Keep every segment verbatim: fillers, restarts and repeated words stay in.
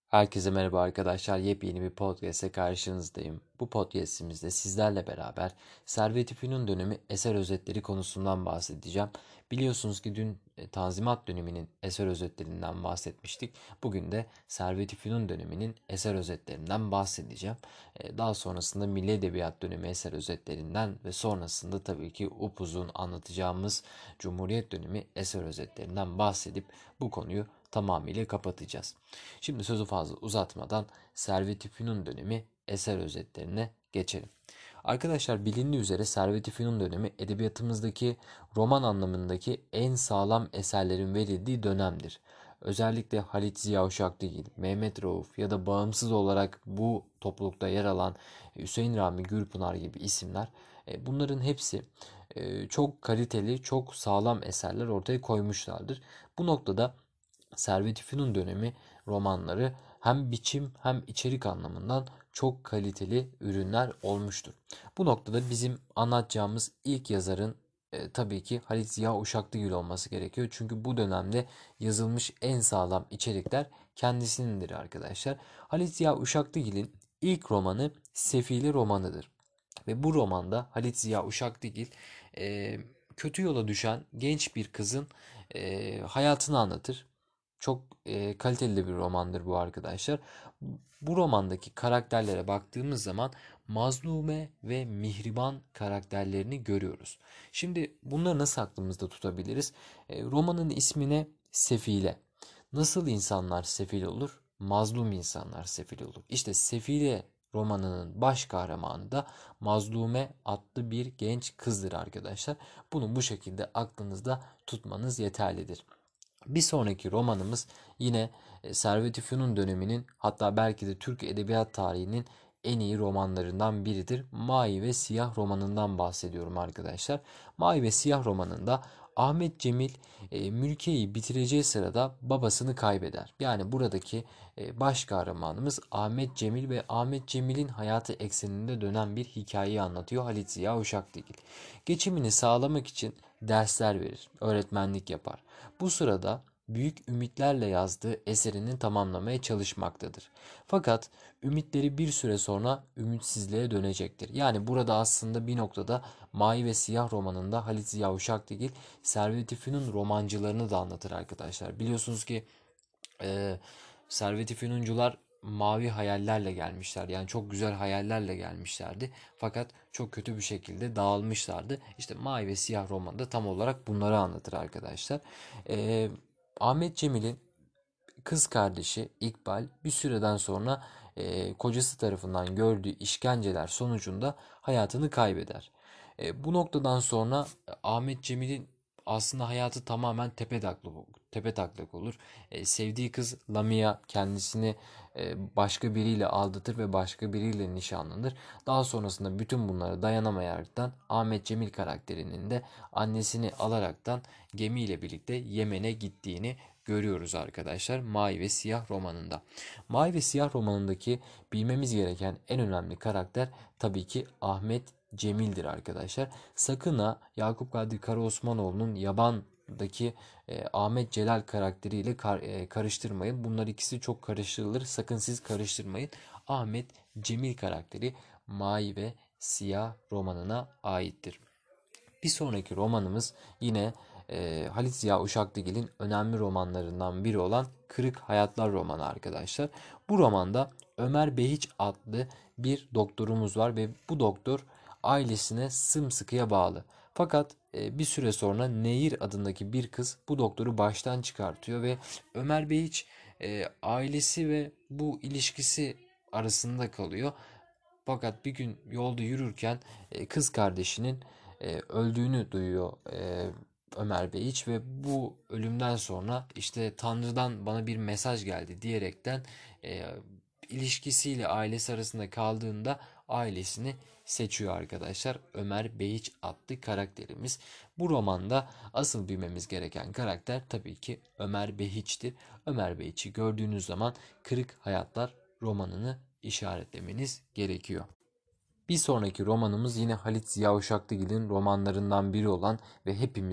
Herkese merhaba arkadaşlar. Yepyeni bir podcast'e karşınızdayım. Bu podcast'imizde sizlerle beraber Servet-i Fünun dönemi eser özetleri konusundan bahsedeceğim. Biliyorsunuz ki dün e, Tanzimat döneminin eser özetlerinden bahsetmiştik. Bugün de Servet-i Fünun döneminin eser özetlerinden bahsedeceğim. E, Daha sonrasında Milli Edebiyat dönemi eser özetlerinden ve sonrasında tabii ki upuzun anlatacağımız Cumhuriyet dönemi eser özetlerinden bahsedip bu konuyu tamamıyla kapatacağız. Şimdi sözü fazla uzatmadan Servet-i Fünun dönemi eser özetlerine geçelim. Arkadaşlar bilindiği üzere Servet-i Fünun dönemi edebiyatımızdaki roman anlamındaki en sağlam eserlerin verildiği dönemdir. Özellikle Halit Ziya Uşaklıgil, Mehmet Rauf ya da bağımsız olarak bu toplulukta yer alan Hüseyin Rami Gürpınar gibi isimler e, bunların hepsi e, çok kaliteli, çok sağlam eserler ortaya koymuşlardır. Bu noktada Servet-i Fünun dönemi romanları hem biçim hem içerik anlamından çok kaliteli ürünler olmuştur. Bu noktada bizim anlatacağımız ilk yazarın e, tabii ki Halit Ziya Uşaklıgil olması gerekiyor. Çünkü bu dönemde yazılmış en sağlam içerikler kendisinindir arkadaşlar. Halit Ziya Uşaklıgil'in ilk romanı Sefili romanıdır. Ve bu romanda Halit Ziya Uşaklıgil e, kötü yola düşen genç bir kızın e, hayatını anlatır. Çok e, kaliteli bir romandır bu arkadaşlar. Bu romandaki karakterlere baktığımız zaman Mazlume ve Mihriban karakterlerini görüyoruz. Şimdi bunları nasıl aklımızda tutabiliriz? E, romanın ismine Sefile. Nasıl insanlar sefil olur? Mazlum insanlar sefil olur. İşte Sefile romanının baş kahramanı da Mazlume adlı bir genç kızdır arkadaşlar. Bunu bu şekilde aklınızda tutmanız yeterlidir. Bir sonraki romanımız yine e, Servet-i Fünun döneminin, hatta belki de Türk edebiyat tarihinin en iyi romanlarından biridir. Mavi ve Siyah romanından bahsediyorum arkadaşlar. Mavi ve Siyah romanında Ahmet Cemil e, Mülkiye'yi bitireceği sırada babasını kaybeder. Yani buradaki e, baş kahramanımız Ahmet Cemil ve Ahmet Cemil'in hayatı ekseninde dönen bir hikayeyi anlatıyor Halit Ziya Uşaklıgil. Geçimini sağlamak için dersler verir, öğretmenlik yapar. Bu sırada büyük ümitlerle yazdığı eserini tamamlamaya çalışmaktadır. Fakat ümitleri bir süre sonra ümitsizliğe dönecektir. Yani burada aslında bir noktada Mavi ve Siyah romanında Halit Ziya Uşaklıgil Servet-i Fünun romancılarını da anlatır arkadaşlar. Biliyorsunuz ki e, Servet-i Fünuncular mavi hayallerle gelmişler. Yani çok güzel hayallerle gelmişlerdi. Fakat çok kötü bir şekilde dağılmışlardı. İşte Mavi ve Siyah romanda tam olarak bunları anlatır arkadaşlar. E, Ahmet Cemil'in kız kardeşi İkbal bir süreden sonra e, kocası tarafından gördüğü işkenceler sonucunda hayatını kaybeder. E, bu noktadan sonra e, Ahmet Cemil'in aslında hayatı tamamen tepe tepe taklak olur. E, sevdiği kız Lamia kendisini e, başka biriyle aldatır ve başka biriyle nişanlanır. Daha sonrasında bütün bunlara dayanamayaraktan Ahmet Cemil karakterinin de annesini alaraktan gemiyle birlikte Yemen'e gittiğini görüyoruz arkadaşlar Mavi ve Siyah romanında. Mavi ve Siyah romanındaki bilmemiz gereken en önemli karakter tabii ki Ahmet Cemil'dir arkadaşlar. Sakın ha Yakup Kadri Karaosmanoğlu'nun Yaban'daki e, Ahmet Celal karakteriyle kar, e, karıştırmayın. Bunlar ikisi çok karıştırılır. Sakın siz karıştırmayın. Ahmet Cemil karakteri Mavi ve Siyah romanına aittir. Bir sonraki romanımız yine e, Halit Ziya Uşaklıgil'in önemli romanlarından biri olan Kırık Hayatlar romanı arkadaşlar. Bu romanda Ömer Behiç adlı bir doktorumuz var ve bu doktor ailesine sımsıkıya bağlı. Fakat e, bir süre sonra Nehir adındaki bir kız bu doktoru baştan çıkartıyor ve Ömer Behiç e, ailesi ve bu ilişkisi arasında kalıyor. Fakat bir gün yolda yürürken e, kız kardeşinin e, öldüğünü duyuyor e, Ömer Beyiç ve bu ölümden sonra işte Tanrı'dan bana bir mesaj geldi diyerekten e, ilişkisiyle ailesi arasında kaldığında ailesini seçiyor arkadaşlar. Ömer Beyiç adlı karakterimiz. Bu romanda asıl bilmemiz gereken karakter tabii ki Ömer Behiç'tir. Ömer Behiç'i gördüğünüz zaman Kırık Hayatlar romanını işaretlemeniz gerekiyor. Bir sonraki romanımız yine Halit Ziya Uşaklıgil'in romanlarından biri olan ve hepimizin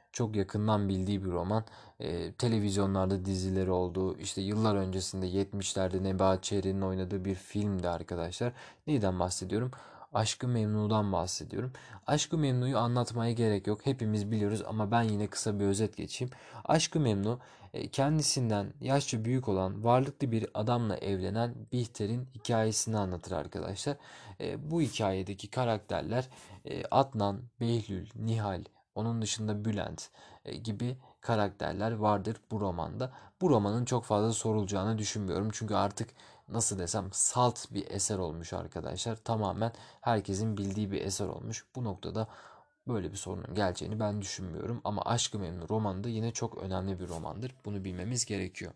çok yakından bildiği bir roman. E, televizyonlarda dizileri oldu. İşte yıllar öncesinde yetmişlerde Nebahat Çehre'nin oynadığı bir filmdi arkadaşlar. Neyden bahsediyorum? Aşk-ı Memnu'dan bahsediyorum. Aşk-ı Memnu'yu anlatmaya gerek yok. Hepimiz biliyoruz ama ben yine kısa bir özet geçeyim. Aşk-ı Memnu e, kendisinden yaşça büyük olan varlıklı bir adamla evlenen Bihter'in hikayesini anlatır arkadaşlar. E, bu hikayedeki karakterler e, Adnan, Behlül, Nihal, onun dışında Bülent e, gibi karakterler vardır bu romanda. Bu romanın çok fazla sorulacağını düşünmüyorum. Çünkü artık nasıl desem salt bir eser olmuş arkadaşlar. Tamamen herkesin bildiği bir eser olmuş. Bu noktada böyle bir sorunun geleceğini ben düşünmüyorum. Ama Aşk-ı Memnu romanı da yine çok önemli bir romandır. Bunu bilmemiz gerekiyor.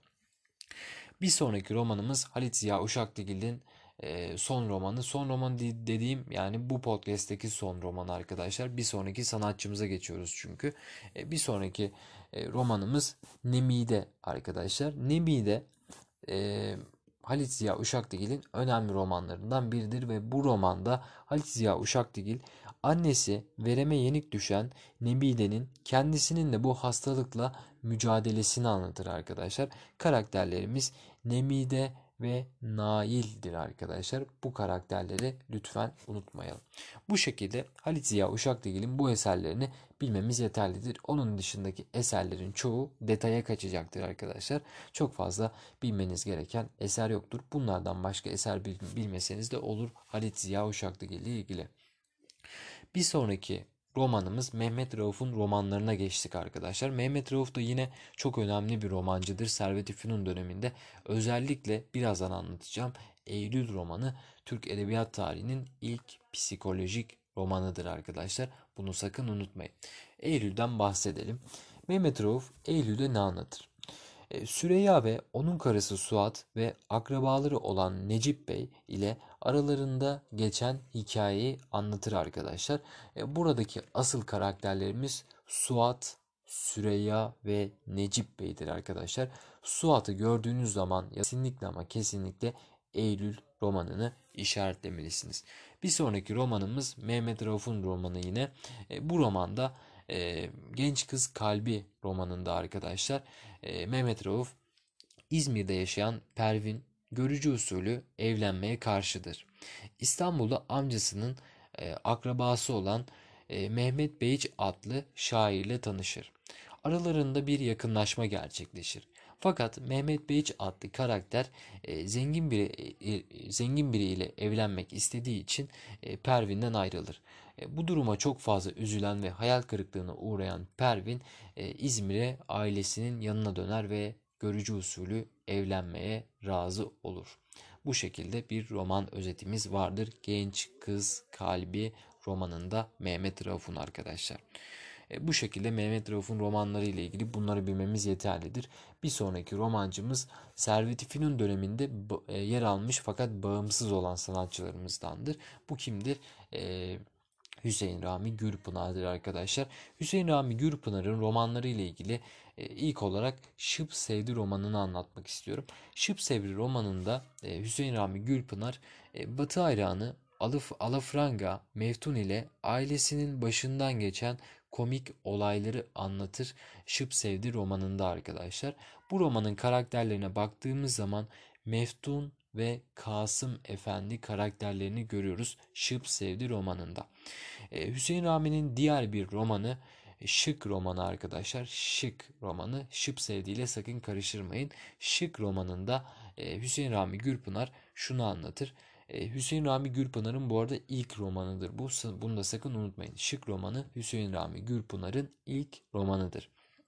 Bir sonraki romanımız Halit Ziya Uşaklıgil'in e, son romanı. Son roman dediğim yani bu podcast'teki son roman arkadaşlar. Bir sonraki sanatçımıza geçiyoruz çünkü. E, bir sonraki e, romanımız Nemide arkadaşlar. Nemide e, Halit Ziya Uşaklıgil'in önemli romanlarından biridir ve bu romanda Halit Ziya Uşaklıgil annesi vereme yenik düşen Nemide'nin kendisinin de bu hastalıkla mücadelesini anlatır arkadaşlar. Karakterlerimiz Nemide ve Nail'dir arkadaşlar. Bu karakterleri lütfen unutmayalım. Bu şekilde Halit Ziya Uşaklıgil'in bu eserlerini bilmemiz yeterlidir. Onun dışındaki eserlerin çoğu detaya kaçacaktır arkadaşlar. Çok fazla bilmeniz gereken eser yoktur. Bunlardan başka eser bilmeseniz de olur Halit Ziya Uşaklıgil ile ilgili. Bir sonraki romanımız Mehmet Rauf'un romanlarına geçtik arkadaşlar. Mehmet Rauf da yine çok önemli bir romancıdır. Servet-i Fünun döneminde özellikle birazdan anlatacağım Eylül romanı Türk Edebiyat tarihinin ilk psikolojik romanıdır arkadaşlar. Bunu sakın unutmayın. Eylül'den bahsedelim. Mehmet Rauf Eylül'de ne anlatır? E, Süreyya ve onun karısı Suat ve akrabaları olan Necip Bey ile aralarında geçen hikayeyi anlatır arkadaşlar. E, buradaki asıl karakterlerimiz Suat, Süreyya ve Necip Bey'dir arkadaşlar. Suat'ı gördüğünüz zaman kesinlikle ama kesinlikle Eylül romanını işaretlemelisiniz. Bir sonraki romanımız Mehmet Rauf'un romanı yine. E, bu romanda e, Genç Kız Kalbi romanında arkadaşlar e, Mehmet Rauf İzmir'de yaşayan Pervin görücü usulü evlenmeye karşıdır. İstanbul'da amcasının e, akrabası olan e, Mehmet Beyç adlı şairle tanışır. Aralarında bir yakınlaşma gerçekleşir. Fakat Mehmet Beyç adlı karakter e, zengin biri e, zengin biriyle evlenmek istediği için e, Pervin'den ayrılır. E, bu duruma çok fazla üzülen ve hayal kırıklığına uğrayan Pervin e, İzmir'e ailesinin yanına döner ve görücü usulü evlenmeye razı olur. Bu şekilde bir roman özetimiz vardır. Genç Kız Kalbi romanında Mehmet Rauf'un arkadaşlar. E, bu şekilde Mehmet Rauf'un romanları ile ilgili bunları bilmemiz yeterlidir. Bir sonraki romancımız Servet-i Fünun döneminde e, yer almış fakat bağımsız olan sanatçılarımızdandır. Bu kimdir? E, Hüseyin Rami Gürpınar'dır arkadaşlar. Hüseyin Rami Gürpınar'ın romanları ile ilgili e, ilk olarak Şıp Sevdi romanını anlatmak istiyorum. Şıp Sevdi romanında e, Hüseyin Rami Gürpınar e, Batı hayranı Alaf, Alafranga Meftun ile ailesinin başından geçen komik olayları anlatır Şıp Sevdi romanında arkadaşlar. Bu romanın karakterlerine baktığımız zaman Meftun ve Kasım Efendi karakterlerini görüyoruz Şıp Sevdi romanında. Ee, Hüseyin Rami'nin diğer bir romanı Şık romanı arkadaşlar. Şık romanı Şıp sevdiğiyle sakın karıştırmayın. Şık romanında e, Hüseyin Rami Gürpınar şunu anlatır. E, Hüseyin Rami Gürpınar'ın bu arada ilk romanıdır bu. Bunu da sakın unutmayın. Şık romanı Hüseyin Rami Gürpınar'ın ilk romanıdır.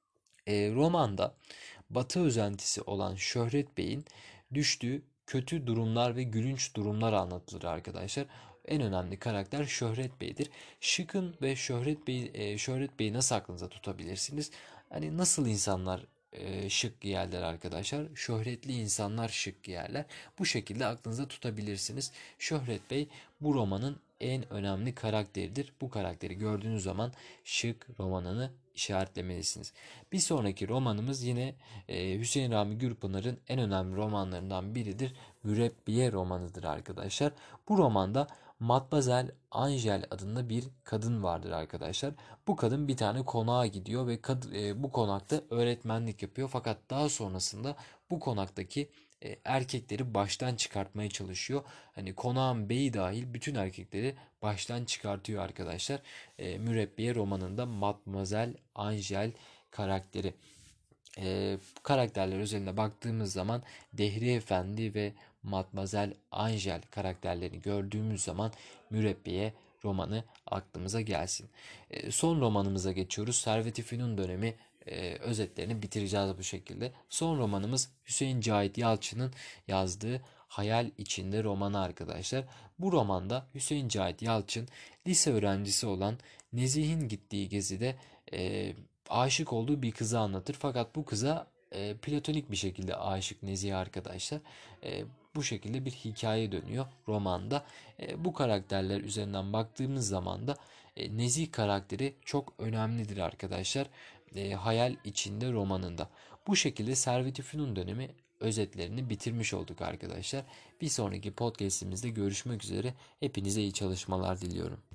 E, romanda Batı özentisi olan Şöhret Bey'in düştüğü kötü durumlar ve gülünç durumlar anlatılır arkadaşlar. En önemli karakter Şöhret Bey'dir. Şıkın ve Şöhret Bey, e, Şöhret Bey'i nasıl aklınıza tutabilirsiniz? Hani nasıl insanlar e, şık giyerler arkadaşlar? Şöhretli insanlar şık giyerler. Bu şekilde aklınıza tutabilirsiniz. Şöhret Bey bu romanın en önemli karakteridir. Bu karakteri gördüğünüz zaman Şık romanını işaretlemelisiniz. Bir sonraki romanımız yine e, Hüseyin Rami Gürpınar'ın en önemli romanlarından biridir. Mürebbiye romanıdır arkadaşlar. Bu romanda Matmazel Angel adında bir kadın vardır arkadaşlar. Bu kadın bir tane konağa gidiyor ve kad- e, bu konakta öğretmenlik yapıyor. Fakat daha sonrasında bu konaktaki e, erkekleri baştan çıkartmaya çalışıyor. Hani konağın beyi dahil bütün erkekleri baştan çıkartıyor arkadaşlar. E, Mürebbiye romanında Matmazel Angel karakteri. E, karakterler özelinde baktığımız zaman Dehri Efendi ve Matmazel Angel karakterlerini gördüğümüz zaman Mürebbiye romanı aklımıza gelsin. E, son romanımıza geçiyoruz. Servet-i Fünun dönemi e, özetlerini bitireceğiz bu şekilde. Son romanımız Hüseyin Cahit Yalçın'ın yazdığı Hayal İçinde romanı arkadaşlar. Bu romanda Hüseyin Cahit Yalçın lise öğrencisi olan Nezih'in gittiği gezide e, aşık olduğu bir kızı anlatır. Fakat bu kıza e, platonik bir şekilde aşık Nezih arkadaşlar. E, bu şekilde bir hikaye dönüyor romanda. E, bu karakterler üzerinden baktığımız zaman da e, Nezih karakteri çok önemlidir arkadaşlar. E, Hayal içinde romanında. Bu şekilde Servet-i Fünun dönemi özetlerini bitirmiş olduk arkadaşlar. Bir sonraki podcastimizde görüşmek üzere. Hepinize iyi çalışmalar diliyorum.